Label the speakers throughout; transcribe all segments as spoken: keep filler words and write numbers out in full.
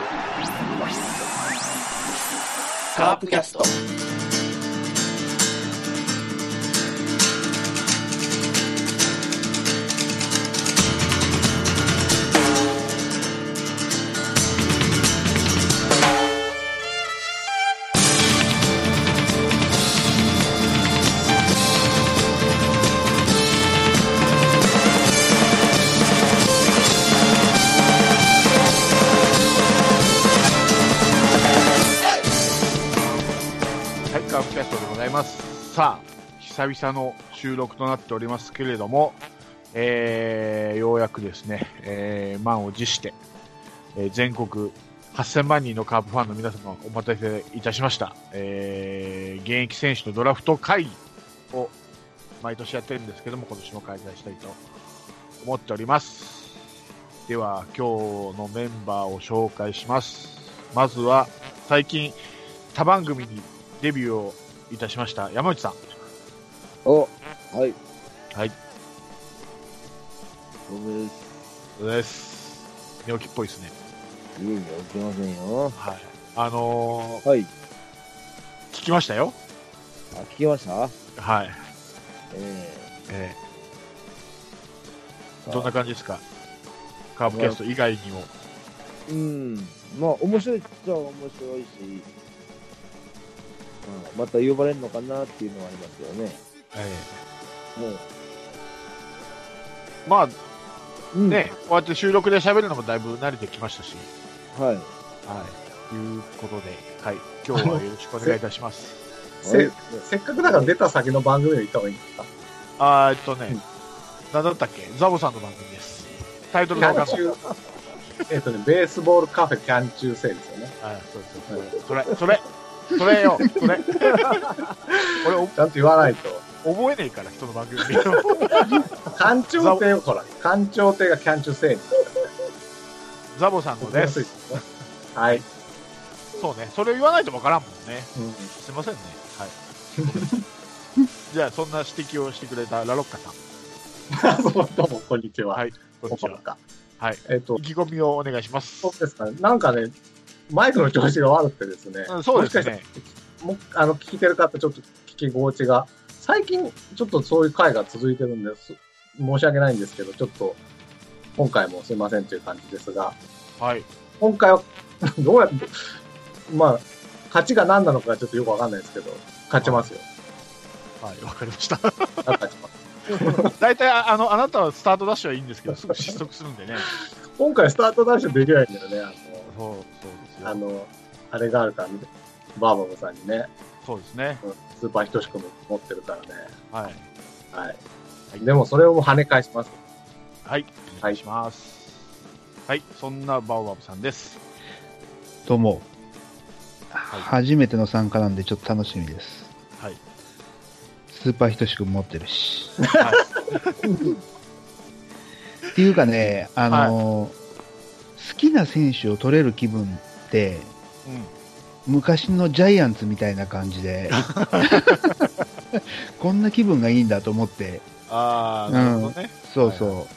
Speaker 1: カープキャスト。
Speaker 2: さあ久々の収録となっておりますけれども、えー、ようやくですね、えー、満を持して、えー、全国はっせんまんにんのカープファンの皆様お待たせいたしました、えー、現役選手のドラフト会議を毎年やってるんですけども、今年も開催したいと思っております。では今日のメンバーを紹介します。まずは最近他番組にデビューをいたしました山内さん。
Speaker 3: お、はい。
Speaker 2: はい。
Speaker 3: どうもです。
Speaker 2: どうです。寝起きっぽいですね。
Speaker 3: いえいえ、起きませんよ。
Speaker 2: はい。あのー、
Speaker 3: はい。
Speaker 2: 聞きましたよ。
Speaker 3: あ、聞きました？はい。
Speaker 2: えー、えー、どんな感じですか？カープキャスト以外にも。
Speaker 3: うん。まあ、面白いっちゃ面白いし、うん、また呼ばれるのかなっていうのはありますよね。
Speaker 2: え
Speaker 3: えー、もう。
Speaker 2: まあ、うん、ね、こうやって収録で喋るのもだいぶ慣れてきましたし。
Speaker 3: はい。
Speaker 2: はい。いうことで、はい。今日はよろしくお願いいたします。
Speaker 4: せ, せっかくだから出た先の番組を言った方がいいんですか？
Speaker 2: あー、えっとね、うん、何だったっけ？ザボさんの番組です。タイトルが分かんない。
Speaker 4: えっとね、ベースボールカフェキャン中世ですよね。
Speaker 2: あ、そうそうそう。それ、それ、それよ、それ。
Speaker 4: 俺、ちゃんと言わないと。
Speaker 2: 覚えねえから、人の番組。
Speaker 4: 館長亭を、ほら、館長亭がキャン中世。
Speaker 2: ザボさんのです。
Speaker 4: はい。
Speaker 2: そうね、それを言わないとわからんもんね。うん、すいませんね。はい。じゃあ、そんな指摘をしてくれたラロッカさん。
Speaker 4: どうも、こんにちは。
Speaker 2: はい、こんにちは。はい。
Speaker 4: えっと、
Speaker 2: 意気込みをお願いします。
Speaker 4: そうですかね。なんかね、マイクの調子が悪くてですね。
Speaker 2: うん、そうですね。
Speaker 4: もあの、聞いてる方、ちょっと聞き心地が、最近、ちょっとそういう回が続いてるんです。申し訳ないんですけど、ちょっと、今回もすいませんという感じですが、
Speaker 2: はい。
Speaker 4: 今回は、どうやって、まあ、勝ちが何なのかちょっとよくわかんないですけど、勝ちますよ。
Speaker 2: はい、わ、はい、かりました。
Speaker 4: 勝ちます。
Speaker 2: 大体、あの、あなたはスタートダッシュはいいんですけど、すぐ失速するんでね。
Speaker 4: 今回スタートダッシュできないんだよね、あの、
Speaker 2: そう、そうですよ。
Speaker 4: あの、あれがあるからね、バーバブさんにね。
Speaker 2: そうですね。
Speaker 4: スーパーひとしくも持ってるからね。
Speaker 2: はい。
Speaker 4: はい。はい、でもそれを跳ね返します。
Speaker 2: はい。お願いします。はい。はい、そんなバーバブさんです。
Speaker 5: どうも。はい、初めての参加なんでちょっと楽しみです。
Speaker 2: はい。
Speaker 5: スーパーひとしくも持ってるし。はい。っていうかね、あの、はい、好きな選手を取れる気分って、うん、昔のジャイアンツみたいな感じでこんな気分がいいんだと思って、
Speaker 2: ああ、なるほどね、
Speaker 5: うん、そうそう、はいはい、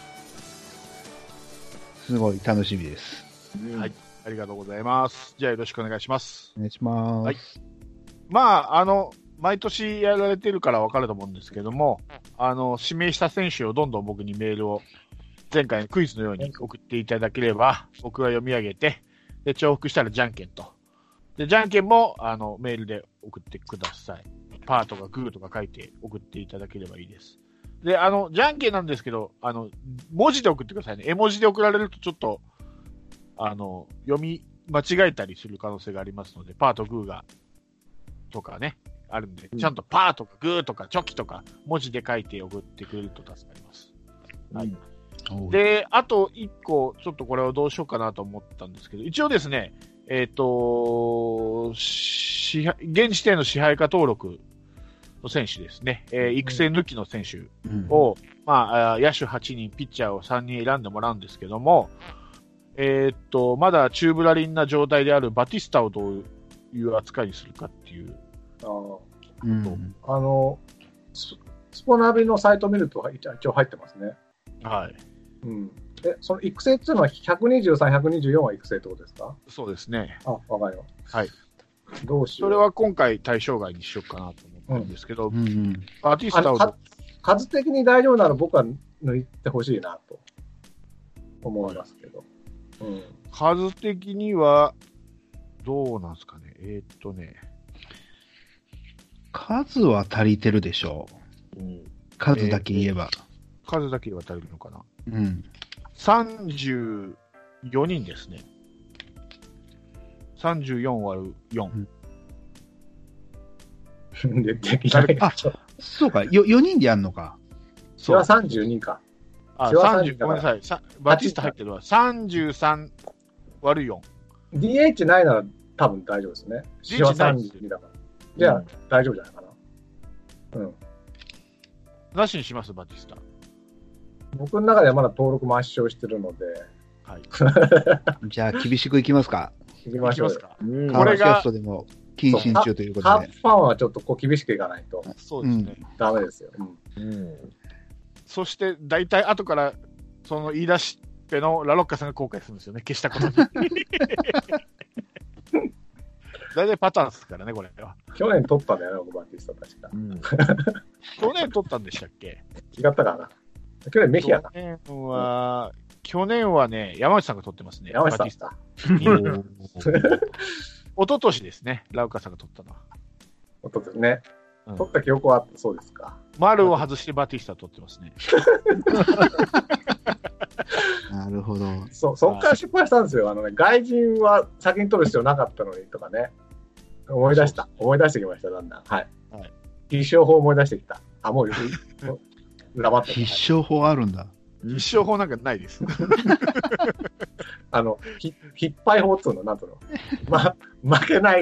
Speaker 5: すごい楽しみです、
Speaker 2: うん、はい、ありがとうございます。じゃあよろしくお願いします。
Speaker 5: お願いします。はい、
Speaker 2: まああの毎年やられてるから分かると思うんですけども、あの指名した選手をどんどん僕にメールを前回のクイズのように送っていただければ、僕が読み上げて、で重複したらじゃんけんと。で、じゃんけんも、あの、メールで送ってください。パーとかグーとか書いて送っていただければいいです。で、あの、じゃんけんなんですけど、あの、文字で送ってくださいね。絵文字で送られるとちょっと、あの、読み間違えたりする可能性がありますので、パーとグーが、とかね、あるんで、ちゃんとパーとかグーとかチョキとか文字で書いて送ってくれると助かります。はい。うん、で、あといっこ、ちょっとこれをどうしようかなと思ったんですけど、一応ですね、えっ、ー、と、現時点の支配下登録の選手ですね、えー、育成抜きの選手を、うん、まあ、野手はちにん、ピッチャーをさんにん選んでもらうんですけども、えっ、ー、と、まだチューブラリンな状態であるバティスタをどういう扱いにするかっていう。
Speaker 4: あ、うん、あの、スポナビのサイト見ると一応入ってますね。
Speaker 2: はい。
Speaker 4: うん。え、その育成っていうのはひゃくにじゅうさん、ひゃくにじゅうよんは育成ってことですか？
Speaker 2: そうですね。
Speaker 4: あ、わかります。
Speaker 2: はい。
Speaker 4: どうしよう。
Speaker 2: それは今回対象外にしようかなと思ってるんですけど、
Speaker 5: うんうん、
Speaker 2: バティスタを
Speaker 4: 数的に大丈夫なら僕は抜いてほしいなと思いますけど。うん、
Speaker 2: 数的には、どうなんですかね。えー、っとね。
Speaker 5: 数は足りてるでしょう。うん、数だけ言えば。
Speaker 2: えー、数だけは足りるのかな。
Speaker 5: うん。
Speaker 2: さんじゅうよにんですね。さんじゅうよん割るよん。
Speaker 4: うん、できない。
Speaker 5: あ、そうか。よ、よにんでやるのか。
Speaker 4: それはさんじゅうにか。
Speaker 2: あ、さんじゅう、ごめんなさい。さバティスタ入ってるのはさんじゅうさん割るよん。
Speaker 4: ディーエイチ ないなら多分大丈夫ですね。
Speaker 2: ディーエイチ ないです。
Speaker 4: さんじゅうにだから。じゃあ、うん、大丈夫じゃないかな。うん。
Speaker 2: なしにします、バティスタ。
Speaker 4: 僕の中ではまだ登録抹消してるので。
Speaker 2: はい。
Speaker 5: じゃあ、厳しくいきますか。
Speaker 4: いきましょう。
Speaker 2: か。
Speaker 5: うん、これが、キャストでも謹慎中ということで。
Speaker 4: ハーフファンはちょっとこう厳しくいかないと。
Speaker 2: そうですね。
Speaker 4: うん、ダメですよ。うん。うん、
Speaker 2: そして、大体後から、その言い出しっぺのラロッカさんが後悔するんですよね。消したことに。大体パターンですからね、これは。
Speaker 4: 去年取ったんだよね、バティスタ確か。うん、
Speaker 2: 去年取ったんでしたっけ？
Speaker 4: 違ったかな。去年メヒアか。
Speaker 2: 去年は、うん、去年はね、山内さんが取ってますね。
Speaker 4: 山内さんですか。
Speaker 2: おととしですね、ラオカさんが取ったのは。
Speaker 4: おととしね。うん、取った記憶はあったそうですか。
Speaker 2: 丸を外してバティスタ取ってますね。
Speaker 5: なるほど。
Speaker 4: そう、そっから失敗したんですよ。あのね、外人は先に取る必要なかったのにとかね。思い出した。思い出してきました、だんだん。はい。はい、必勝法思い出してきた。あ、もう、ラバッと。
Speaker 5: 必勝法あるんだ。
Speaker 2: 必勝法なんかないです。
Speaker 4: あの、ひ、引っ張り法っつうの、なんとの。ま、負けない。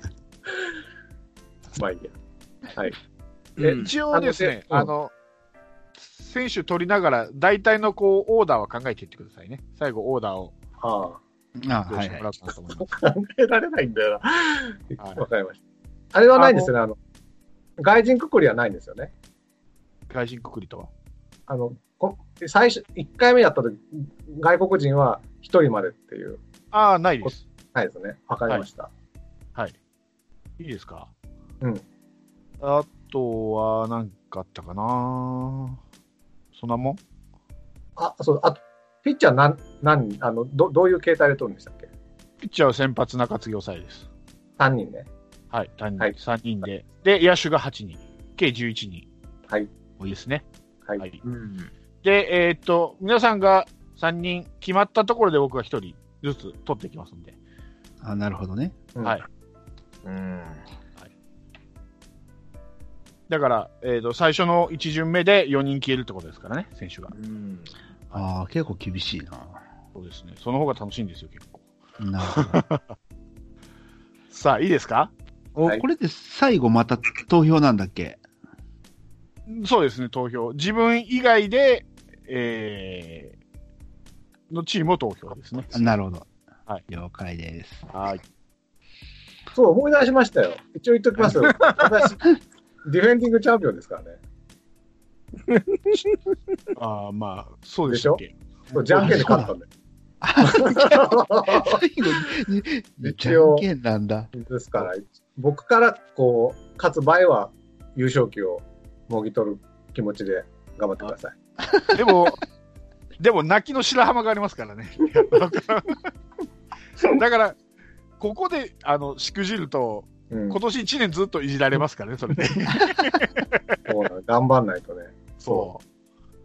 Speaker 4: まあいいや。はい。
Speaker 2: で、一応ですね、あの、選手取りながら、大体のこう、オーダーは考えていってくださいね。最後、オーダーを。
Speaker 4: あ
Speaker 2: あ。あはい、はい。考
Speaker 4: えられないんだよな。わ、はい、かりました。あれはないんですよね、あの、外人くくりはないんですよね。
Speaker 2: 外人くくりとは
Speaker 4: あの、最初、いっかいめやったとき、外国人はひとりまでっていう。
Speaker 2: ああ、ないです。
Speaker 4: ないですね。わかりました。
Speaker 2: はい。はい、いいですか？
Speaker 4: うん。
Speaker 2: あとは、何かあったかな？そんなもん？
Speaker 4: あ、そう、あと、ピッチャー何、何、あの、ど、どういう形態で取るんでしたっけ？
Speaker 2: ピッチャーは先発中継ぎ抑えです。
Speaker 4: さんにんね。
Speaker 2: はい、さんにん、はい、さんにんで。で、野手がはちにん。計じゅういちにん。
Speaker 4: はい。
Speaker 2: 多いですね。
Speaker 4: はい。はい、うん、
Speaker 2: で、えー、っと、皆さんがさんにん決まったところで僕がひとりずつ取っていきますんで。
Speaker 5: あ、なるほどね。
Speaker 2: はい。うん。はい、だから、えー、っと、最初のいち巡目でよにん消えるってことですからね、選手が。うん。
Speaker 5: ああ、結構厳しいな。
Speaker 2: そうですね。その方が楽しいんですよ、結構。
Speaker 5: なるほど。
Speaker 2: さあ、いいですか？
Speaker 5: お、はい、これで最後また投票なんだっけ？
Speaker 2: そうですね、投票。自分以外で、えー、のチームを投票ですね。
Speaker 5: なるほど。
Speaker 2: はい。
Speaker 5: 了解です。
Speaker 2: はい。
Speaker 4: そう、思い出しましたよ。一応言っときますよ。私、ディフェンディングチャンピオンですからね。
Speaker 2: ああ、まあ、そうでしょ。
Speaker 4: そう、じゃんけんで勝ったんだよ。
Speaker 5: 最後に、じゃんけんなんだ。
Speaker 4: ですから、僕からこう、勝つ場合は優勝旗をもぎ取る気持ちで頑張ってくださ
Speaker 2: い。でも、でも泣きの白浜がありますからね。だから、ここで、あの、しくじると、うん、今年いちねんずっといじられますからね、それで。
Speaker 4: そうだ、頑張んないとね。
Speaker 2: そう。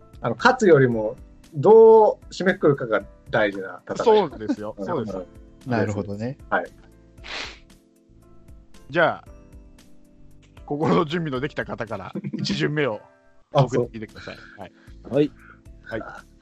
Speaker 4: あの、勝つよりも、どう締めくくるかが大事な戦い。
Speaker 2: そうですよ。そうです。
Speaker 5: なるほどね。
Speaker 4: はい。
Speaker 2: じゃあ、心の準備のできた方からいち巡目を送ってきてください。はい。
Speaker 3: はい。
Speaker 2: はい。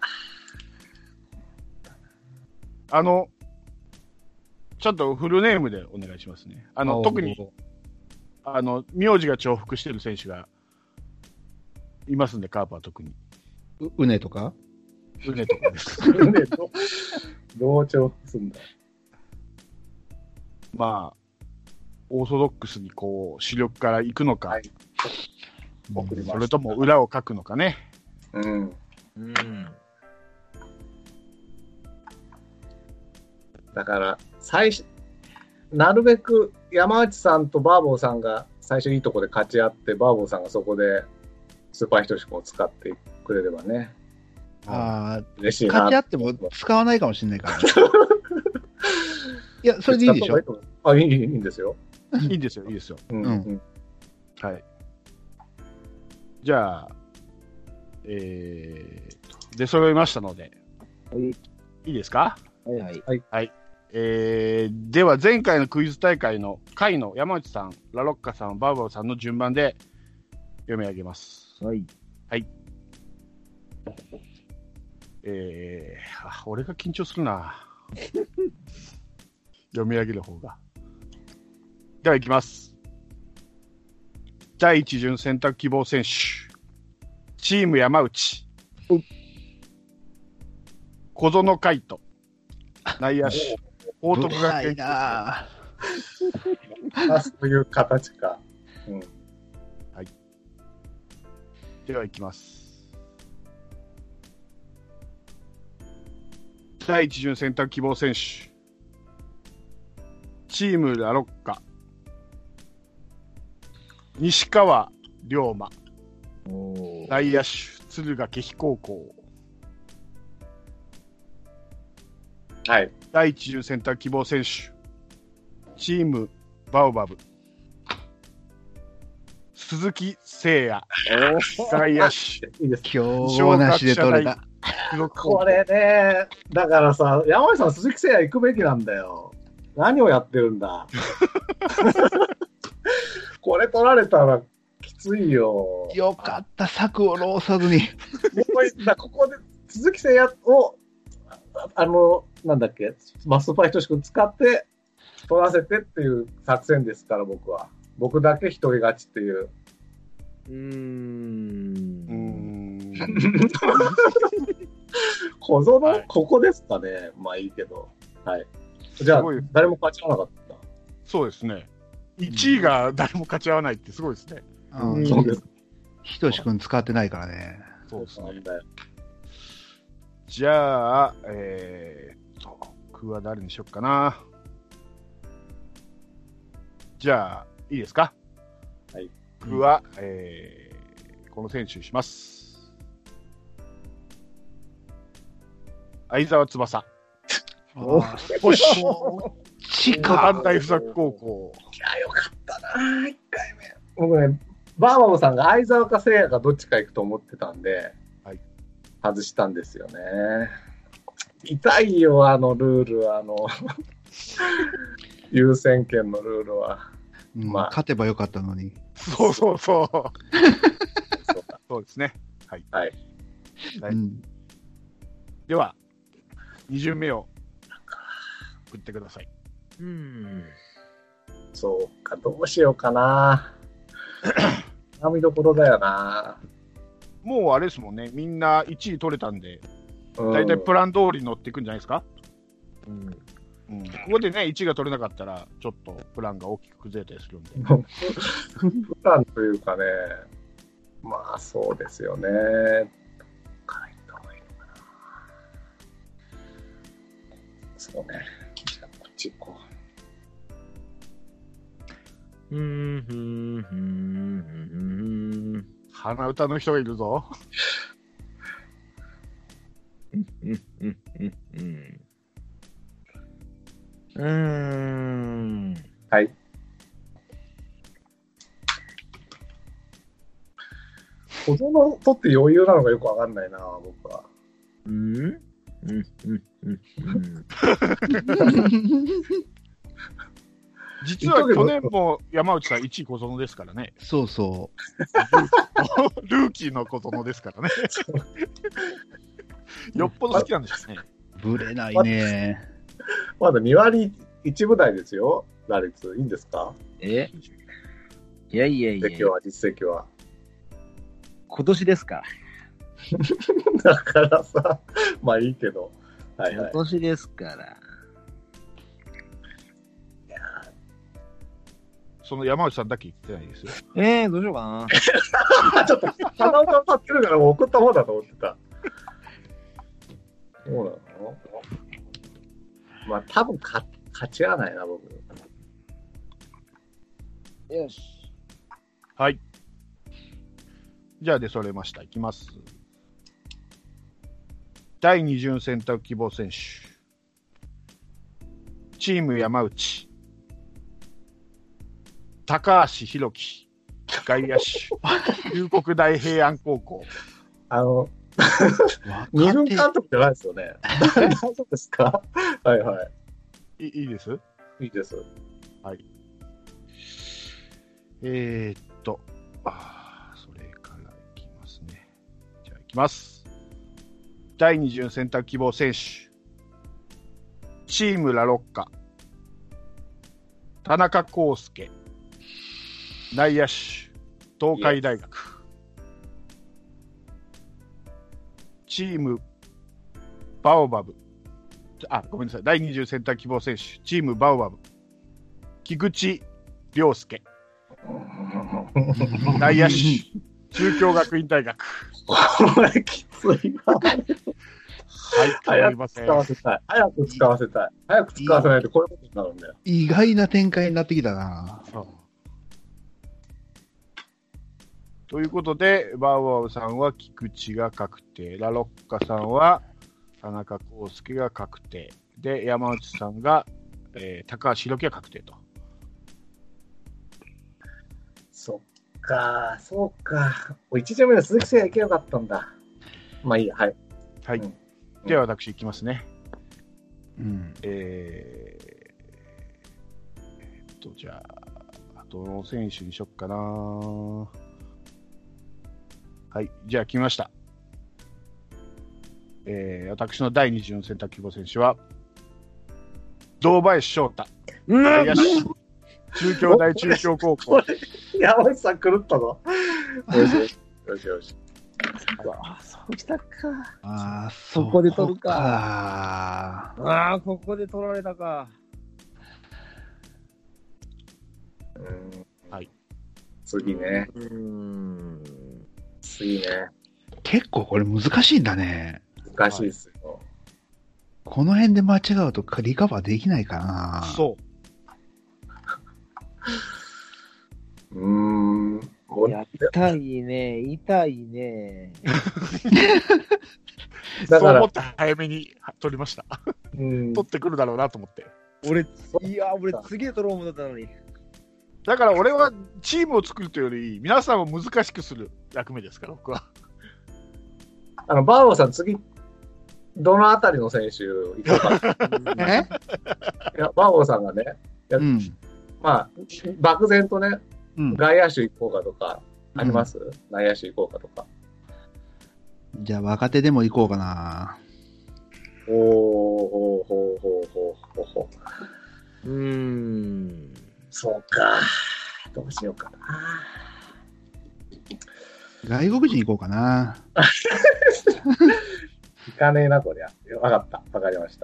Speaker 2: あの、ちょっとフルネームでお願いしますね。あの、特に、あの、名字が重複してる選手がいますんで、カープは特に。
Speaker 5: う、うねとか
Speaker 2: うねとかです。
Speaker 4: うねと、どう重複するんだ。
Speaker 2: まあ、オーソドックスにこう、主力から行くのか、はい、
Speaker 4: 送ります。
Speaker 2: それとも裏を書くのかね。
Speaker 4: うん。うん。 だから最初なるべく山内さんとバーボーさんが最初いいとこで勝ち合って、バーボーさんがそこでスーパーひとしくんを使ってくれればね。
Speaker 5: ああ、
Speaker 4: 嬉しいな。
Speaker 5: 勝ち合っても使わないかもしれないから、ね。いや、それでいいでしょ。
Speaker 4: あ、いい、いいんですよ。
Speaker 2: いいですよ、いいですよ。
Speaker 4: うんうん、
Speaker 2: はい。じゃあ、えー、出揃いましたので、
Speaker 3: はい、い
Speaker 2: いですか？
Speaker 3: はい。はい。
Speaker 2: はい。えー、では、前回のクイズ大会の回の山内さん、ラロッカさん、バーバーさんの順番で読み上げます。
Speaker 3: はい。
Speaker 2: はい。えー、あ、俺が緊張するな。読み上げる方が。では、いきます。だいいち巡選択希望選手。チーム山内。小園海斗。内野手。報徳学園。
Speaker 5: な
Speaker 4: あ、そういう形か。うん。
Speaker 2: はい。では、いきます。だいいち巡選択希望選手。チームラロッカ。西川龍馬。内野手、敦賀気比高校。
Speaker 4: はい。
Speaker 2: だいいち巡選択希望選手。チームバオバブ。鈴木誠也。外野手。
Speaker 4: いいです。
Speaker 5: 今日なしで取れた。
Speaker 4: これね、だからさ、山内さん、鈴木誠也行くべきなんだよ。何をやってるんだ。これ取られたらきついよ。
Speaker 5: よかった、策を浪さずに。
Speaker 4: ここで鈴木誠也を、あの、なんだっけ、マストファイトシ君使って取らせてっていう作戦ですから、僕は。僕だけ一人勝ちっていう。
Speaker 3: うーん。うーん。
Speaker 4: 小園、はい、ここですかね。まあいいけど。はい。じゃあ、誰も勝ち合わなかった。
Speaker 2: そうですね。いちいが誰も勝ち合わないってすごいですね。
Speaker 5: うん。そうです。ひとしくん使ってないからね。
Speaker 2: そうですね。じゃあ、えーっと、僕は誰にしよっかな。じゃあ、いいですか？
Speaker 4: はい。
Speaker 2: 僕は、えー、この選手にします。相沢翼。
Speaker 5: お
Speaker 2: よし。
Speaker 5: ちか。
Speaker 2: 反対不作高校。
Speaker 4: いや、よかったな、いっかいめ。僕ね、バーバボさんが相沢か聖也かどっちか行くと思ってたんで、
Speaker 2: はい、
Speaker 4: 外したんですよね。痛いよ、あのルール、あの、優先権のルールは。
Speaker 5: うん、まあ、勝てばよかったのに。
Speaker 2: そうそうそう。そうですね。はい。
Speaker 4: はい。
Speaker 2: はい、うん、では、に巡目を振ってください。
Speaker 3: うん。
Speaker 4: そうか、どうしようかな。悩みどころだよな。
Speaker 2: もうあれですもんね、みんないちい取れたんで、だいたいプラン通り乗っていくんじゃないですか。うんうん、ここでね、いちいが取れなかったら、ちょっとプランが大きく崩れたりするんで。
Speaker 4: プランというかね、まあそうですよね。そうね。じゃあこっち行こ
Speaker 3: う。うん、ふん、ふん、ふん。
Speaker 2: 鼻歌の人がいるぞ。
Speaker 3: うん、うん、うん、うん。うーん。
Speaker 4: はい。小園とって余裕なのかよくわかんないな、僕は。
Speaker 3: うんうんうんうんうん。
Speaker 2: 実は去年も山内さんいちい小園ですからね。
Speaker 5: そうそう。
Speaker 2: ルーキーの小園ですからね。よっぽど好きなんでしょうね。
Speaker 5: ぶれないね。
Speaker 4: まだに割いちぶ台ですよ、打率。いいんですか？
Speaker 3: えいやいやいや。
Speaker 4: 実績は、実績は。
Speaker 3: 今年ですか。
Speaker 4: だからさ、まあいいけど。はいはい、
Speaker 3: 今年ですから。い
Speaker 4: や
Speaker 2: その山内さんだけ言ってないですよ。
Speaker 3: えー、どうしようか
Speaker 4: な。ちょっと、鼻歌歌ってるから送った方だと思ってた。そうなの？ まあ、多分か勝ちはないな、僕。
Speaker 3: よし。
Speaker 2: はい。じゃあ出揃えました。いきます。だいに巡選択希望選手。チーム山内。高橋宏樹。外野手。龍谷大平安高校。
Speaker 4: あの、二軍監督じゃないですよね。大丈夫ですか？はいはい。
Speaker 2: いいいです
Speaker 4: いいです。
Speaker 2: はい。えー、っと、あそれからいきますね。じゃあいきます。だいに巡選択希望選手。チームラロッカ。田中康介。内野手。東海大学。チームバオバブ。あ、ごめんなさい。だいに巡選択希望選手。チームバオバブ。菊池涼介。内野手。中京学院大学。
Speaker 4: これきついな。
Speaker 2: はい、
Speaker 4: 早く使わせたい。早く使わせたい。早く使わせないとこういうことになるんだよ。
Speaker 5: 意外な展開になってきたな。
Speaker 2: ということで、バウアウさんは菊池が確定、ラロッカさんは田中康介が確定、で、山内さんが、えー、高橋宏樹が確定と。
Speaker 4: そっか、そうか。いち巡目の鈴木誠也いけばよかったんだ。まあいいや、はい。
Speaker 2: はい。うん、では私いきますね。うん。えー、えー、っと、じゃあ、どの選手にしよっかな。はい、じゃあ決めました。えー、私のだいに巡選択希望選手は、堂林翔太。内野手。中京大中京高校。
Speaker 4: 山内さん狂ったぞ。よしよし。よしよし。
Speaker 3: ああ、そうきたか。
Speaker 5: ああ、
Speaker 3: そこで取るか。
Speaker 5: あ
Speaker 3: あ、ここで取られたか。
Speaker 4: うん。
Speaker 2: はい。
Speaker 4: 次ね。
Speaker 3: うーん。
Speaker 4: 次ね。
Speaker 5: 結構これ難しいんだね。
Speaker 4: 難しいですよ。はい、
Speaker 5: この辺で間違うとリカバーできないかな。
Speaker 2: そう。
Speaker 4: うーん。
Speaker 3: いや、痛いね、痛いね。
Speaker 2: だからそう思って早めに取りました。
Speaker 4: うん、
Speaker 2: 取ってくるだろうなと思って。
Speaker 3: 俺、いや、俺、すげえ取ろうもんだったのに。
Speaker 2: だから俺はチームを作るというより、皆さんを難しくする役目ですから、僕は。
Speaker 4: あの、バーボーさん、次、どのあたりの選手行こうか。
Speaker 5: え
Speaker 4: いや、バーボーさんがね、うん、まあ、漠然とね、うん、外野手行こうかとか、あります、うん、内野手行こうかとか。
Speaker 5: じゃあ、若手でも行こうかな。
Speaker 4: おー、ほうほうほうほうほうほ
Speaker 3: う。うーん。
Speaker 4: そうか。どうしようか
Speaker 5: な。外国人行こうかな。
Speaker 4: 行かねえな、こりゃ。わかった。わかりました。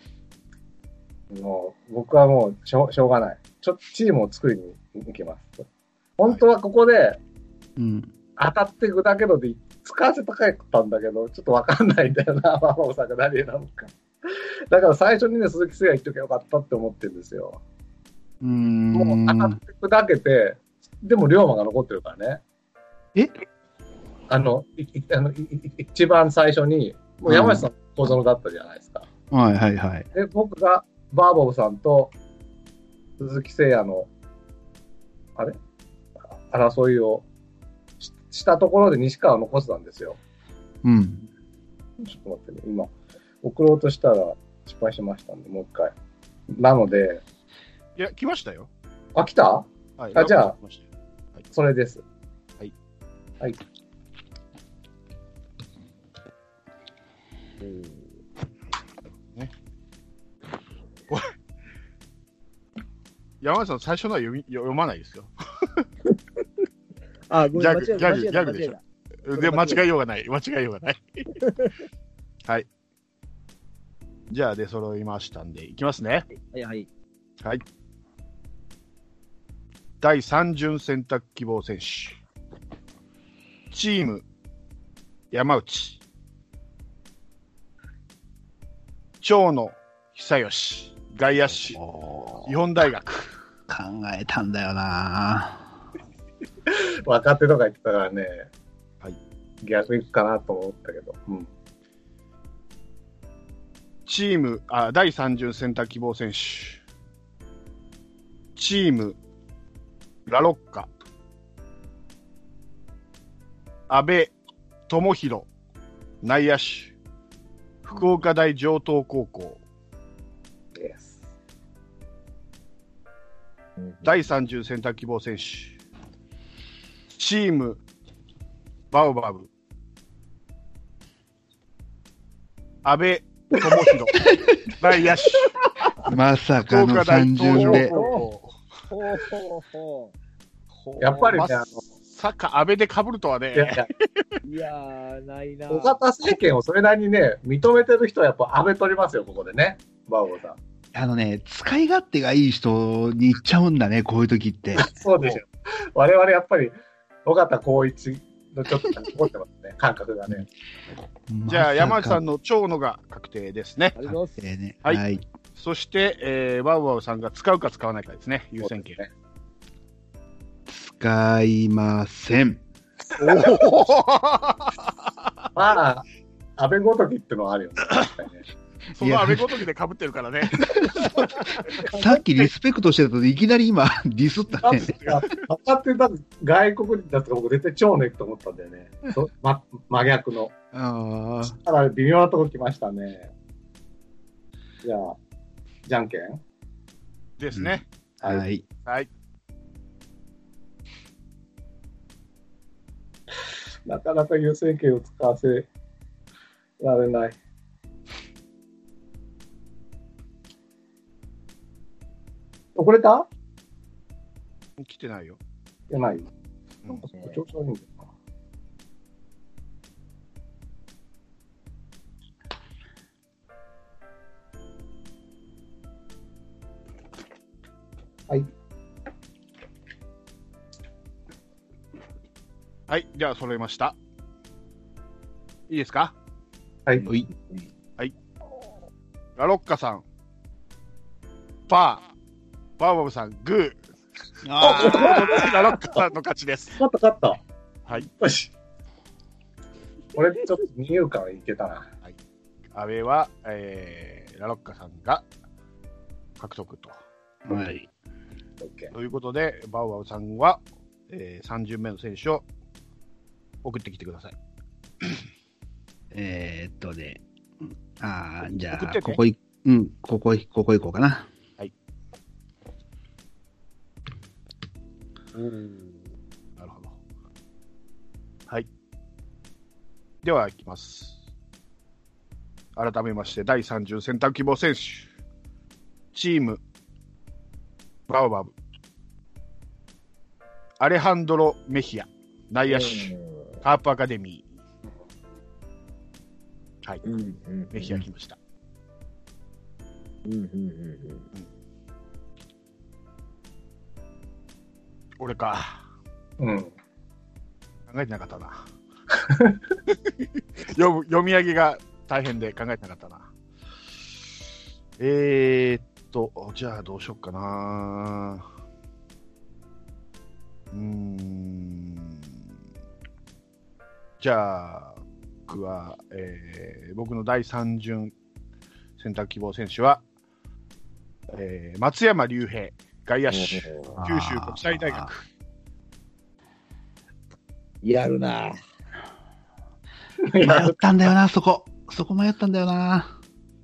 Speaker 4: もう、僕はもうしょ、しょうがない。ちょ、チームを作りに行きます。本当はここで、はい、うん、当たっていくだけので、使わせたかったんだけど、ちょっとわかんないんだよな、ママさんが何選ぶか。だから最初にね、鈴木誠也言っときゃよかったって思ってるんですよ。
Speaker 5: うーん、
Speaker 4: もう当たって砕けて、でも龍馬が残ってるからね。
Speaker 5: え
Speaker 4: あの、いいあのい一番最初に、もう山下さん小園だったじゃないですか。
Speaker 5: うん、はいはいはい。
Speaker 4: で、僕がバーボブさんと鈴木誠也の、あれ争いをししたところで西川を残してたんですよ。
Speaker 5: うん。
Speaker 4: ちょっと待ってね、今、送ろうとしたら失敗しましたんで、もう一回。なので、
Speaker 2: いや、来ましたよ。
Speaker 4: あ、来た？
Speaker 2: はい。
Speaker 4: あ、じゃあ、
Speaker 2: はい、
Speaker 4: それです。
Speaker 2: はい。
Speaker 4: はい。
Speaker 2: ね。これ、山内さん、最初のは読み読まないですよ。
Speaker 3: あ、ごめん、
Speaker 2: ギャグ、ギャグ、ギャグでしょ。で、間違いようがない。間違いようがない。はい。じゃあ、出揃いましたんで、いきますね。
Speaker 3: はいはい。
Speaker 2: はい。だいさん巡選択希望選手。チーム、山内。長野久吉、外野手、日本大学。
Speaker 5: 考えたんだよな。
Speaker 4: 若手とか言ってたからね、
Speaker 2: はい、
Speaker 4: 逆行くかなと思ったけど。うん、
Speaker 2: チームあ、だいさん巡選択希望選手。チーム、ラロッカ。安倍智弘、内野手。福岡大城東高校。
Speaker 4: Yes。
Speaker 2: だいさん巡選択希望選手。チーム、バウバブ。安倍智弘、内野手。
Speaker 5: まさかのさん巡で。
Speaker 4: やっぱりね、あの、
Speaker 2: サッカー安倍で被るとはね。
Speaker 4: いやいや、
Speaker 3: いやー、ないな。
Speaker 4: 尾形政権をそれなりにね、認めてる人はやっぱ安倍取りますよ、ここでね。バウボさん。
Speaker 5: あのね、使い勝手がいい人に行っちゃうんだね、こういう時って。
Speaker 4: そうでしょ。我々やっぱり、尾形光一のちょっと残ってますね、感覚がね。
Speaker 2: じゃあ、山内さんの長野が確定ですね。
Speaker 3: ありがとうございます。
Speaker 5: ね、
Speaker 2: はい。
Speaker 5: はい、
Speaker 2: そして、えー、ワウワウさんが使うか使わないかですね、優先権。ね、
Speaker 5: 使いません。
Speaker 2: お
Speaker 4: まあ、安倍ごときってのはあるよね。
Speaker 2: その安倍ごときで被ってるからね。
Speaker 5: さっきリスペクトしてたといきなり今、ディスったね。
Speaker 4: 分かってた外国人だったら僕絶対超ネクと思ったんだよね。ま、真逆の。
Speaker 5: あ
Speaker 4: あ。だから微妙なとこ来ましたね。じゃあ、じゃんけん
Speaker 2: ですね。
Speaker 5: うん、はい。
Speaker 2: はい。
Speaker 4: なかなか優先権を使わせられない。遅れた？
Speaker 2: 来てないよ。
Speaker 4: 来てない。
Speaker 2: うん、
Speaker 4: なんか調子悪いんだよな。はい。
Speaker 2: はい、じゃあ揃えました。いいですか？
Speaker 4: はい。
Speaker 2: はい。ラロッカさん、パー、バーバブさん、グー。ああ、ラロッカさんの勝ちです。
Speaker 4: 勝った勝った。
Speaker 2: はい。
Speaker 4: よし。俺ちょっと二遊間いけたな。はい。
Speaker 2: 阿部は、えー、ラロッカさんが獲得と。
Speaker 5: はい。
Speaker 2: ということで、バウバウさんは、えー、さん巡目の選手を送ってきてください。
Speaker 5: えーっとね、ああ、じゃあ、
Speaker 2: ね、
Speaker 5: ここい、うん、ここ、ここ行こうかな。
Speaker 2: はい。うん。なるほど。はい。では、いきます。改めまして、だいさん巡選択希望選手。チーム、バウバブ。アレハンドロ・メヒア、内野手、カープアカデミー。はい。うんうんうん、メヒア来ました。うんうんうんうん、俺か。
Speaker 4: うん。
Speaker 2: 考えてなかったな。読む読み上げが大変で考えてなかったな。えーっと、じゃあどうしよっかな。うーん。じゃあ、僕は、えー、僕のだいさん巡選択希望選手は、えー、松山竜平、外野手、九州国際大学。
Speaker 3: やるな
Speaker 5: 迷ったんだよな、そこ。そこ迷ったんだよな。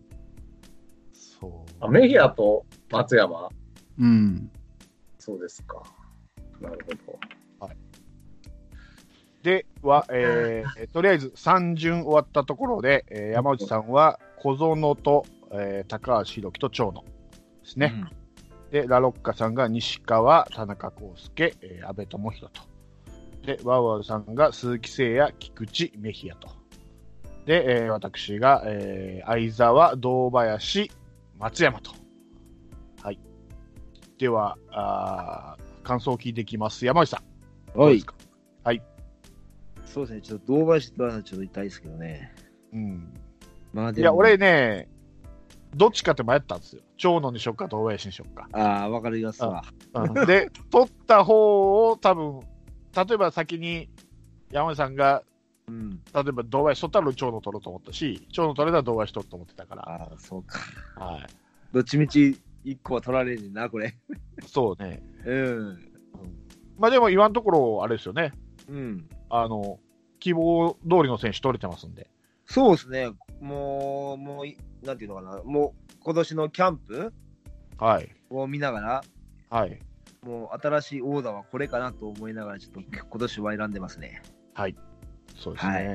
Speaker 2: そう。
Speaker 4: あ、メヒアと松山？
Speaker 5: うん。
Speaker 4: そうですか。なるほど。
Speaker 2: はい。では、えー、とりあえずさん巡終わったところで、えー、山内さんは小園と、えー、高橋宏樹と長野ですね。うん、で、ラロッカさんが西川、田中康介、えー、安倍智弘と。で、ワウワウさんが鈴木誠也、菊池、メヒアと。で、えー、私が、えー、相沢、堂林、松山と。はい。では、あ感想を聞いていきます。山内さん。
Speaker 3: はい。
Speaker 2: はい。
Speaker 3: そうですね。ちょっと堂林とはちょっと痛いですけどね。
Speaker 2: うん。
Speaker 3: まあでも。
Speaker 2: いや、俺ね、 どっちかって迷ったんですよ。長野にしよっか、堂林にしよっか。
Speaker 3: ああ、わかりますわ。
Speaker 2: うん、で、取った方を多分、例えば先に山根さんが、うん、例えば堂林取ったら長野取ろうと思ったし、長野取れたら堂林取ると思ってたから。
Speaker 3: ああ、そうか。
Speaker 2: はい。
Speaker 3: どっちみちいっこは取られるな、これ。
Speaker 2: そうね。
Speaker 3: うん。
Speaker 2: うん、まあでも今のところ、あれですよね。
Speaker 3: うん。
Speaker 2: あの、希望通りの選手取れてますんで。
Speaker 3: そうですね。もう、もう、なんていうのかな。もう、今年のキャンプ
Speaker 2: はい。
Speaker 3: を見ながら、
Speaker 2: はい。
Speaker 3: もう、新しいオーダーはこれかなと思いながら、ちょっと今年は選んでますね。
Speaker 2: はい。そうですね。
Speaker 3: はい、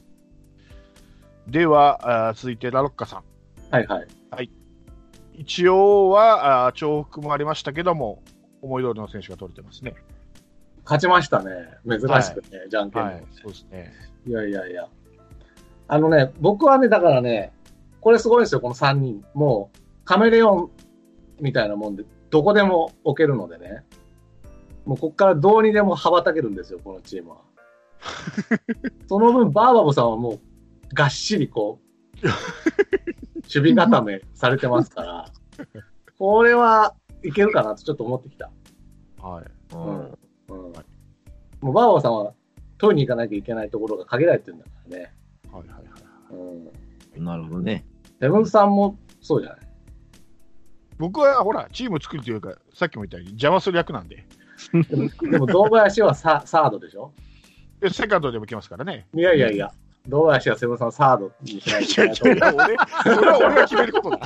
Speaker 2: ではあ、続いてラロッカさん。
Speaker 4: はいはい。
Speaker 2: はい。一応は、あ重複もありましたけども、思い通りの選手が取れてますね。
Speaker 4: 勝ちましたね。珍しくね、はい、じゃんけん、ね。
Speaker 2: はい、そうですね。
Speaker 4: いやいやいや。あのね、僕はね、だからね、これすごいですよ、このさんにん。もう、カメレオンみたいなもんで、どこでも置けるのでね。もうこっからどうにでも羽ばたけるんですよ、このチームは。その分、バーバボさんはもう、がっしりこう、守備固めされてますから、これはいけるかなとちょっと思ってきた。
Speaker 2: はい。
Speaker 4: うん。うん。もうバーバボさんは、取りに行かなきゃいけないところが限られてるんだからね。
Speaker 2: はいはいはい。
Speaker 3: うん。なるほどね。
Speaker 4: セブンさんもそうじゃない？
Speaker 2: 僕はほら、チーム作るというか、さっきも言ったように邪魔する役なんで。
Speaker 4: でも、でも堂林はササードでしょ？
Speaker 2: セカンドでも来ますからね。
Speaker 4: いやいやいや、堂林はセブンさんサードにしないといけない。
Speaker 2: いやいやいや、俺、それは俺が決めることだ。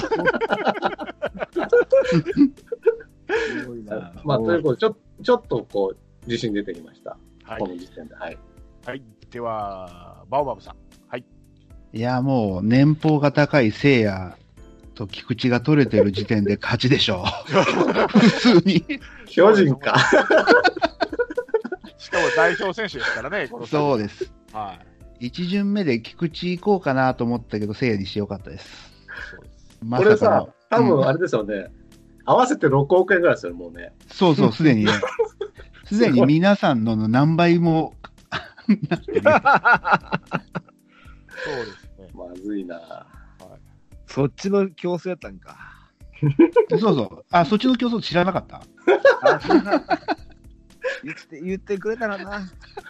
Speaker 3: すごいな。
Speaker 4: まあ、ということで、ちょ、ちょっとこう、自信出てきました。
Speaker 2: はい、
Speaker 4: この時点で。はい。
Speaker 2: はい。では、バオバブさん。はい。
Speaker 5: いや、もう、年俸が高い聖夜と菊池が取れてる時点で勝ちでしょう。普通に。
Speaker 4: 巨人か。
Speaker 2: しかも代表選手ですからね、この
Speaker 5: そうです。
Speaker 2: はい。
Speaker 5: 一巡目で菊池行こうかなと思ったけど、聖夜にしてよかったです。
Speaker 2: そうです。
Speaker 4: まさかこれさ、多分あれですよね。うん、合わせてろくおくえんぐらいですよね、もうね。
Speaker 5: そうそう、すでにね。すでに皆さんの何倍もなってる。そう
Speaker 2: ですね。
Speaker 4: まずいな、はい、
Speaker 3: そっちの競争やったんか。
Speaker 5: そうそう。あ、そっちの競争知らなかった？
Speaker 3: 言って、言ってくれたらな。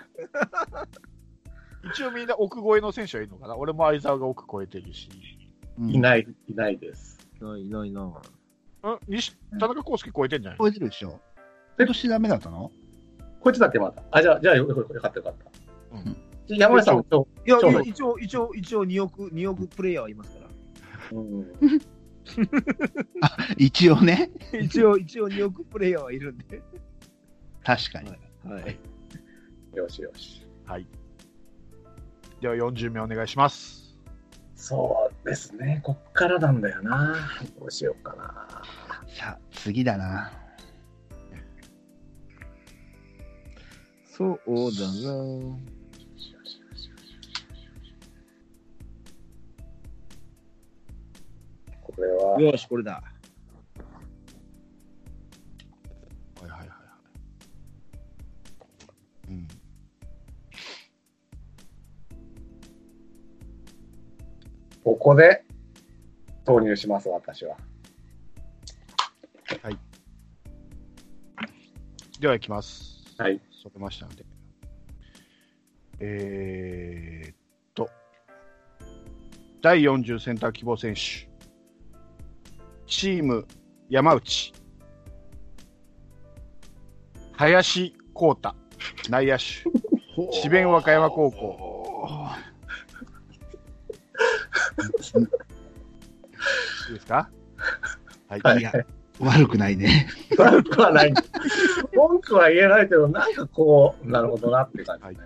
Speaker 2: 一応みんな奥越えの選手はいるのかな。俺も相沢が奥越えてるし。
Speaker 4: うん、いない、いないです。
Speaker 3: いない、いないな。
Speaker 2: ん西田中康介超えてんじゃない？
Speaker 5: 超えてるでしょ。今年ダメだったの？
Speaker 4: 超えてたっけまだ。あ、じゃあ、じゃあよかったよかった。うん、山下さんも
Speaker 3: いや、いや、一応、一応、一応におく、におくプレイヤーはいますから。うん、
Speaker 5: あ、一応ね。
Speaker 3: 一応、一応におくプレイヤーはいるんで。
Speaker 5: 確かに。
Speaker 3: はい。はい、
Speaker 4: よしよし。
Speaker 2: はい。ではよん巡目お願いします。
Speaker 4: そうですね。こっからなんだよな。どうしようかな。
Speaker 5: さあ、次だな。
Speaker 3: そうだな。
Speaker 4: これは。
Speaker 3: よし、これだ。
Speaker 2: はいはいはいはい。うん。
Speaker 4: ここで投入します、私は。
Speaker 2: はい。では、いきます。
Speaker 4: はい。
Speaker 2: それましたので。えーっと、だいよんじゅうセンター希望選手。チーム山内。林光太。内野手。智弁和歌山高校。いいですか？
Speaker 5: はい。はい、いや、悪くないね。
Speaker 4: 悪くはない。文句は言えないけど、なんかこう、なるほどなって感じ、ね。はい、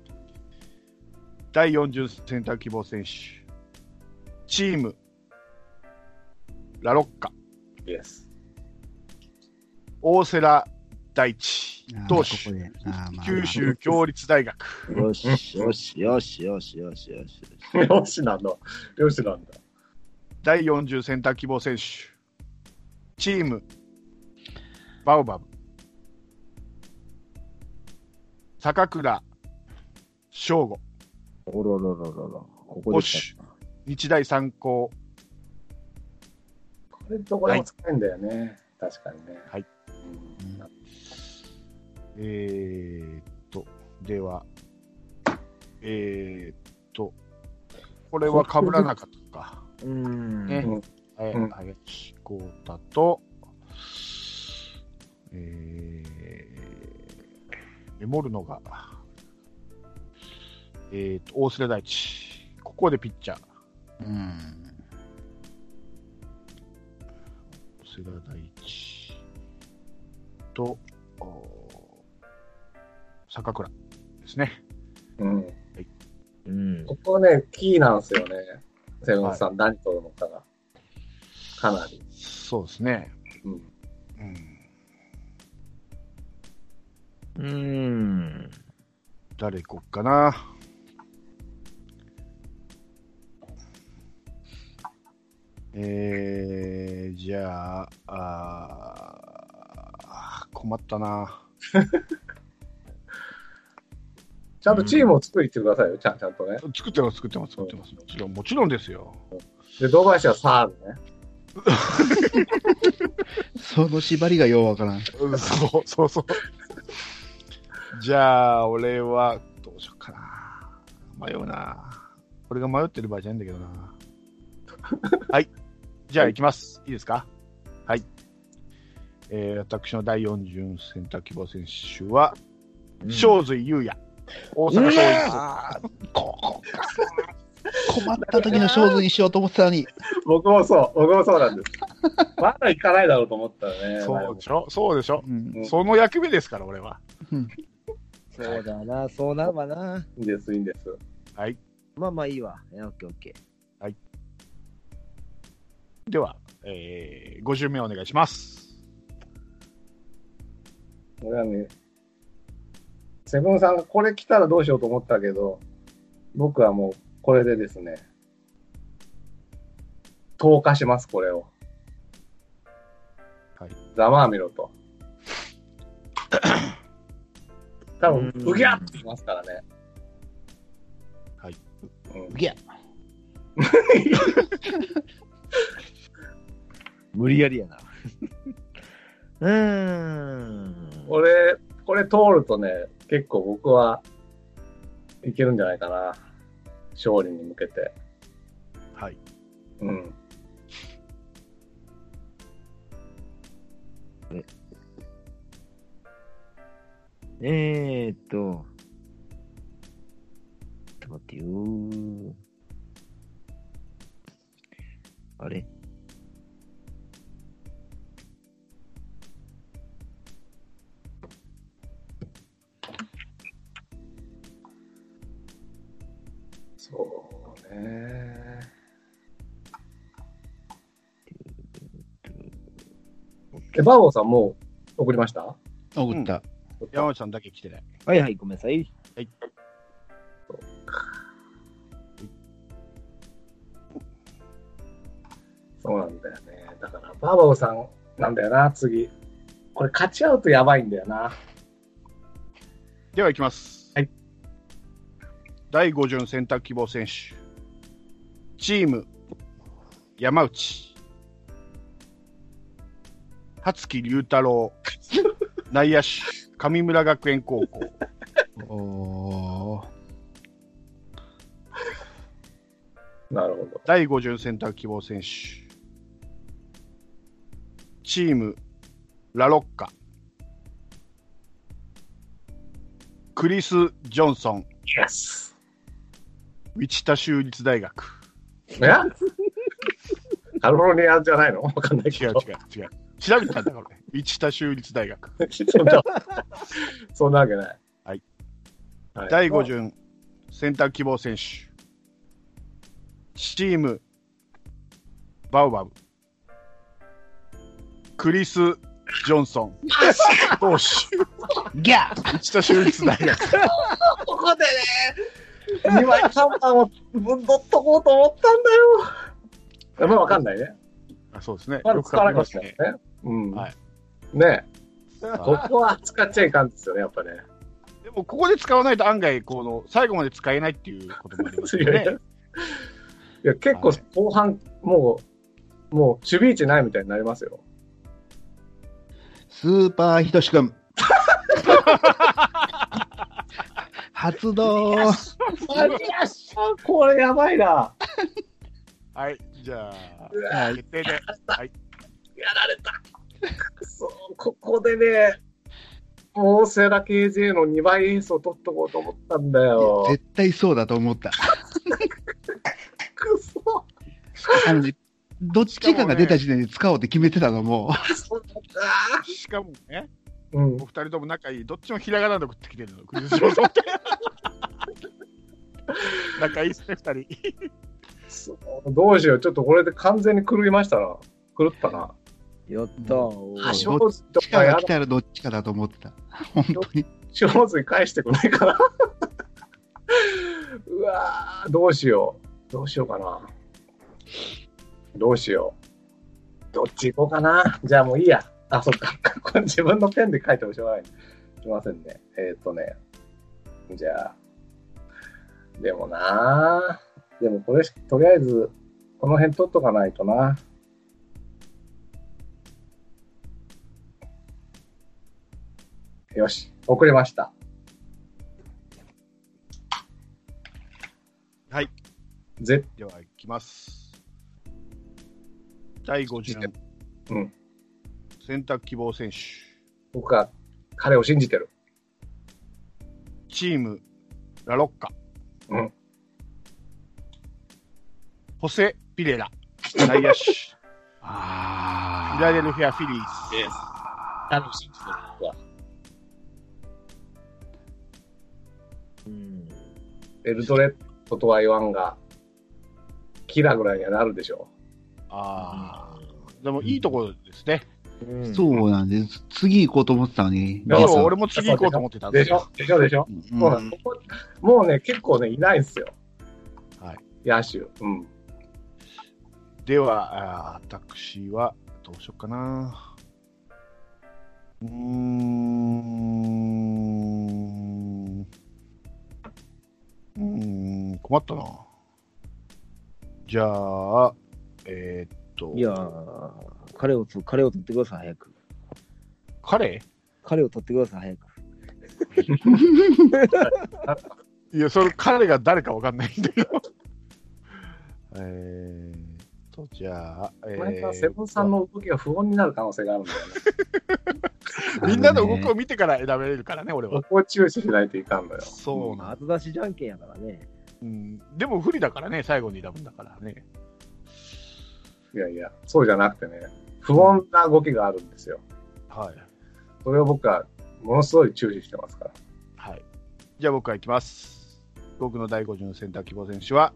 Speaker 2: だいよんじゅうセンター希望選手。チーム、ラロッカ。
Speaker 4: イエス。
Speaker 2: 大瀬良大地。投手。ここ
Speaker 5: まあ、
Speaker 2: 九州共立大学。
Speaker 3: よし、よし、よし、よし、よし、よし。
Speaker 4: よしなんだ。よしなんだ。
Speaker 2: だいよんじゅうセンター希望選手。チーム、バオバブ。坂倉翔吾。
Speaker 3: おららららら。ここ
Speaker 2: でした。日大三高。
Speaker 4: れどこでも使えるんだよね。はい、確かにね。
Speaker 2: はい。うん、えーっと、では、えーっと、これは被らなかったか。
Speaker 3: うん。
Speaker 2: ね。
Speaker 4: うん
Speaker 2: はい、
Speaker 4: うん
Speaker 2: 林浩太と、えー、メモるのが、えーと、大瀬良大地。ここでピッチャー。
Speaker 5: うん。
Speaker 2: 大瀬良大地と、坂倉ですね。
Speaker 4: うん。はい、
Speaker 3: うん。
Speaker 4: ここね、キーなんですよね。セブンさん、はい、何取るのかが。かなり。
Speaker 2: そうですね。
Speaker 4: うん。
Speaker 3: うん。うん。
Speaker 2: 誰行こっかな。えー、じゃあ、あ困ったな。
Speaker 4: ちゃんとチームを作りってくださいよ、ちゃんちゃんとね。
Speaker 2: 作ってます、作ってます、作ってます。もちろん、もちろんですよ。
Speaker 4: で、堂林はサードね。
Speaker 5: その縛りがようわからん。
Speaker 2: そうそうそう。じゃあ、俺は、どうしようかな。迷うな。俺が迷ってる場合じゃないんだけどな。はい。じゃあ、行きます。いいですか？はい。えー、私のだいよん巡選択希望選手は、正髄優也。大阪桐蔭。
Speaker 5: ここか。困った時の正髄にしようと思ってたのに。
Speaker 4: 僕もそう、僕もそうなんです。まだ行かないだろうと思ったらね。
Speaker 2: そうでしょ、そうでしょ、
Speaker 5: うん、
Speaker 2: その役目ですから、俺は。
Speaker 5: うん、
Speaker 3: そうだな、そうなるわな。
Speaker 4: いいです、いいんです。
Speaker 2: はい。
Speaker 3: まあまあいいわ。オッケーオッケ
Speaker 2: ー。はい。では、えー、ご巡目お願いします。
Speaker 4: 俺はね、セブンさんがこれ来たらどうしようと思ったけど、僕はもうこれでですね、投下します、これを。
Speaker 2: はい。
Speaker 4: ざまあみろと。多分、うぎゃって言いますからね。
Speaker 2: はい。
Speaker 5: うん、うぎゃ。
Speaker 3: 無理やりやな。うーん。
Speaker 4: これ、これ通るとね、結構僕はいけるんじゃないかな。勝利に向けて。
Speaker 2: はい。
Speaker 4: うん。
Speaker 3: ええー、っと、ちょっと待ってよー。あれ
Speaker 4: そうね。え、バーボンさんもう送りました？
Speaker 5: 送った。
Speaker 2: うん、山内さんだけ来てない。
Speaker 3: はいはい、ごめんなさい。
Speaker 2: はい。
Speaker 4: そうなんだよね。だから、バーボンさんなんだよな、次。これ勝ち合うとやばいんだよな。
Speaker 2: では行きます。
Speaker 4: はい。
Speaker 2: だいご巡選択希望選手。チーム、山内。羽月龍太郎。内野手、神村学園高校。
Speaker 5: お
Speaker 4: ー。なるほど。
Speaker 2: だいご巡選択希望選手。チーム、ラロッカ。クリス・ジョンソン。
Speaker 4: Yes。
Speaker 2: ウィチタ州立大学。
Speaker 4: えカリフォルニアじゃないの？わかんないけど。
Speaker 2: 違う違う違う。調べたんだからね。ウィチタ州立大学。
Speaker 4: そんな、そんなわけない。
Speaker 2: はい。
Speaker 4: はい、
Speaker 2: だいご巡選択希望選手。チーム、バウバブ。クリス・ジョンソン。投手。
Speaker 5: ギャー
Speaker 2: ウィチタ州立大学。
Speaker 4: ここでね、にまい看板をぶんどっとこうと思ったんだよ。まあわかんないね。
Speaker 2: あ、そうですね。
Speaker 4: まだ使わないかもしれないね。うん。はい。ねえ。ここは使っちゃいかんですよね、やっぱね。
Speaker 2: でも、ここで使わないと案外、この、最後まで使えないっていうこともありますよね。
Speaker 4: いや、結構後半、もう、 もう守備位置ないみたいになりますよ。
Speaker 5: スーパーひとしくん。発動。
Speaker 4: マジやっしゃ、これやばいな。
Speaker 2: はい、じゃあ、
Speaker 5: はい
Speaker 2: 決定で。はい。
Speaker 4: やられた。そう、ここでね、もうセラ ケージェー のにばいエースを取っとこうと思ったんだよ。
Speaker 5: 絶対そうだと思った。
Speaker 4: くそ。
Speaker 5: あのね、どっちかが出た時点で使おうって決めてたのも。
Speaker 4: そうだ。
Speaker 2: しかもね、
Speaker 4: うん
Speaker 2: お二人とも仲いい、どっちもひらがなで送ってきてるの、クイズ上手って。仲いいっすね、二人。
Speaker 4: そうどうしよう、ちょっとこれで完全に狂いましたな。狂ったな。
Speaker 3: やったー。
Speaker 4: あ、
Speaker 5: どっ
Speaker 4: 正
Speaker 5: ちかが来たらどっちかだと思ってた。本当に。
Speaker 4: 正髄返してくれないかな。うわー、どうしよう。どうしようかな。どうしよう。どっち行こうかな。じゃあもういいや。あ、そっか。これ自分のペンで書いてもしょうがない。すいませんね。えっとね。じゃあ。でもなー。でもこれ、とりあえず、この辺取っとかないとな。よし。送りました。
Speaker 2: はい。
Speaker 4: ぜ
Speaker 2: では、いきます。だいご巡。
Speaker 4: うん。
Speaker 2: 選択希望選手。
Speaker 4: 僕は彼を信じてる。
Speaker 2: チーム、ラロッカ。
Speaker 4: うん。
Speaker 2: ホセ・ピレラ。内野手。
Speaker 5: あ
Speaker 2: フィラデルフィア・フィリーズ。
Speaker 4: です。彼を信じてる。僕は。
Speaker 3: うん。
Speaker 4: エルドレッドとは言わんが、キラぐらいにはなるでしょ
Speaker 2: ああ。でも、いいところですね。
Speaker 3: うん
Speaker 5: そうなんです。次行こうと思ってたのに。
Speaker 2: そう、
Speaker 4: そう
Speaker 2: 俺も次行こうと思ってたん
Speaker 4: う。
Speaker 2: でよ。
Speaker 4: ですしょでしょでしょ、
Speaker 5: うん
Speaker 4: そうなんですここもうね、結構ね、いないんですよ。
Speaker 2: はい。
Speaker 4: 野手。うん。
Speaker 2: では、あー私は、どうしようかな。うーん。うーん、困ったな。じゃあ、えー、っと。
Speaker 3: いやー、彼をつ、彼を取ってください、早く。
Speaker 2: 彼
Speaker 3: 彼を取ってください、早く。
Speaker 2: いや、それ、彼が誰かわかんないんだけど。えーっと、じゃあ、え
Speaker 4: 前から
Speaker 2: ー、
Speaker 4: セブンさんの動きが不穏になる可能性があるんだよね。
Speaker 2: みんなの動きを見てから選べれるからね、俺は
Speaker 4: こ。こを注視しないといかんのよ。
Speaker 2: そうなん、
Speaker 3: 後出しじゃんけんやからね。
Speaker 2: うん。でも不利だからね、最後に選ぶんだからね。
Speaker 4: いやいや、そうじゃなくてね、不穏な動きがあるんですよ。
Speaker 2: はい。
Speaker 4: それを僕はものすごい注視してますから。
Speaker 2: はい。じゃあ僕は行きます。僕のだいご巡選択希望選手は、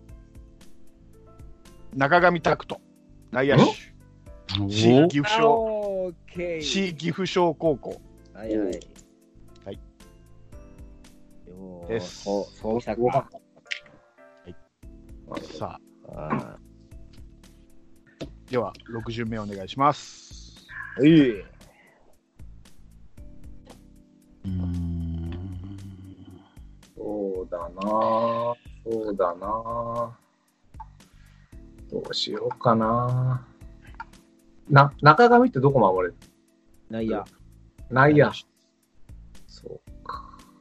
Speaker 2: 中上拓人、内野手、市岐阜商、
Speaker 3: オーケー。
Speaker 2: 市岐阜商高校
Speaker 3: はいはい。
Speaker 2: はい。
Speaker 3: よー
Speaker 2: です
Speaker 3: そう、そうきた
Speaker 4: すごか
Speaker 3: か。
Speaker 4: った
Speaker 2: さあ、
Speaker 3: あ
Speaker 2: ではろく巡目お願いします。
Speaker 3: ーいい。
Speaker 5: うーん。
Speaker 4: そうだなぁ。そうだなぁ。どうしようかなぁ。な、中上ってどこ守れる？
Speaker 3: 内野。
Speaker 4: 内野。そうか。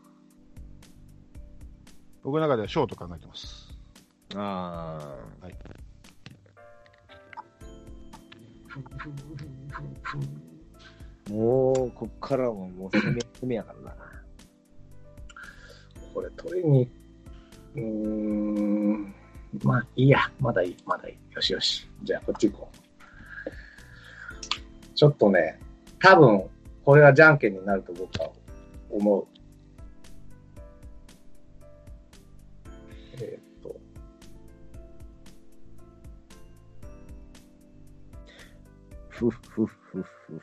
Speaker 2: 僕の中ではショート考えてます。
Speaker 3: ああ。
Speaker 2: はい。
Speaker 3: もう、こっからはもう攻め、攻めやからな。
Speaker 4: これ取りに、うーん、まあいいや。まだいい。まだいい。よしよし。じゃあこっち行こう。ちょっとね、多分、これはじゃんけんになると僕は思う。えーっと。
Speaker 3: ふっふっふっふっふ。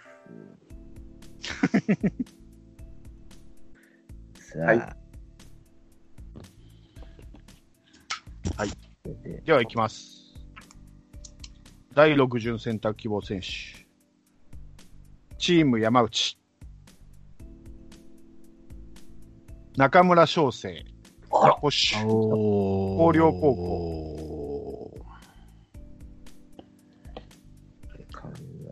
Speaker 3: さあ。
Speaker 4: はい
Speaker 2: はい。
Speaker 3: で
Speaker 2: では行きます。だいろく巡選択希望選手。チーム山内。中村翔成。
Speaker 4: あら
Speaker 2: 保守。
Speaker 5: おー
Speaker 2: 広陵高校。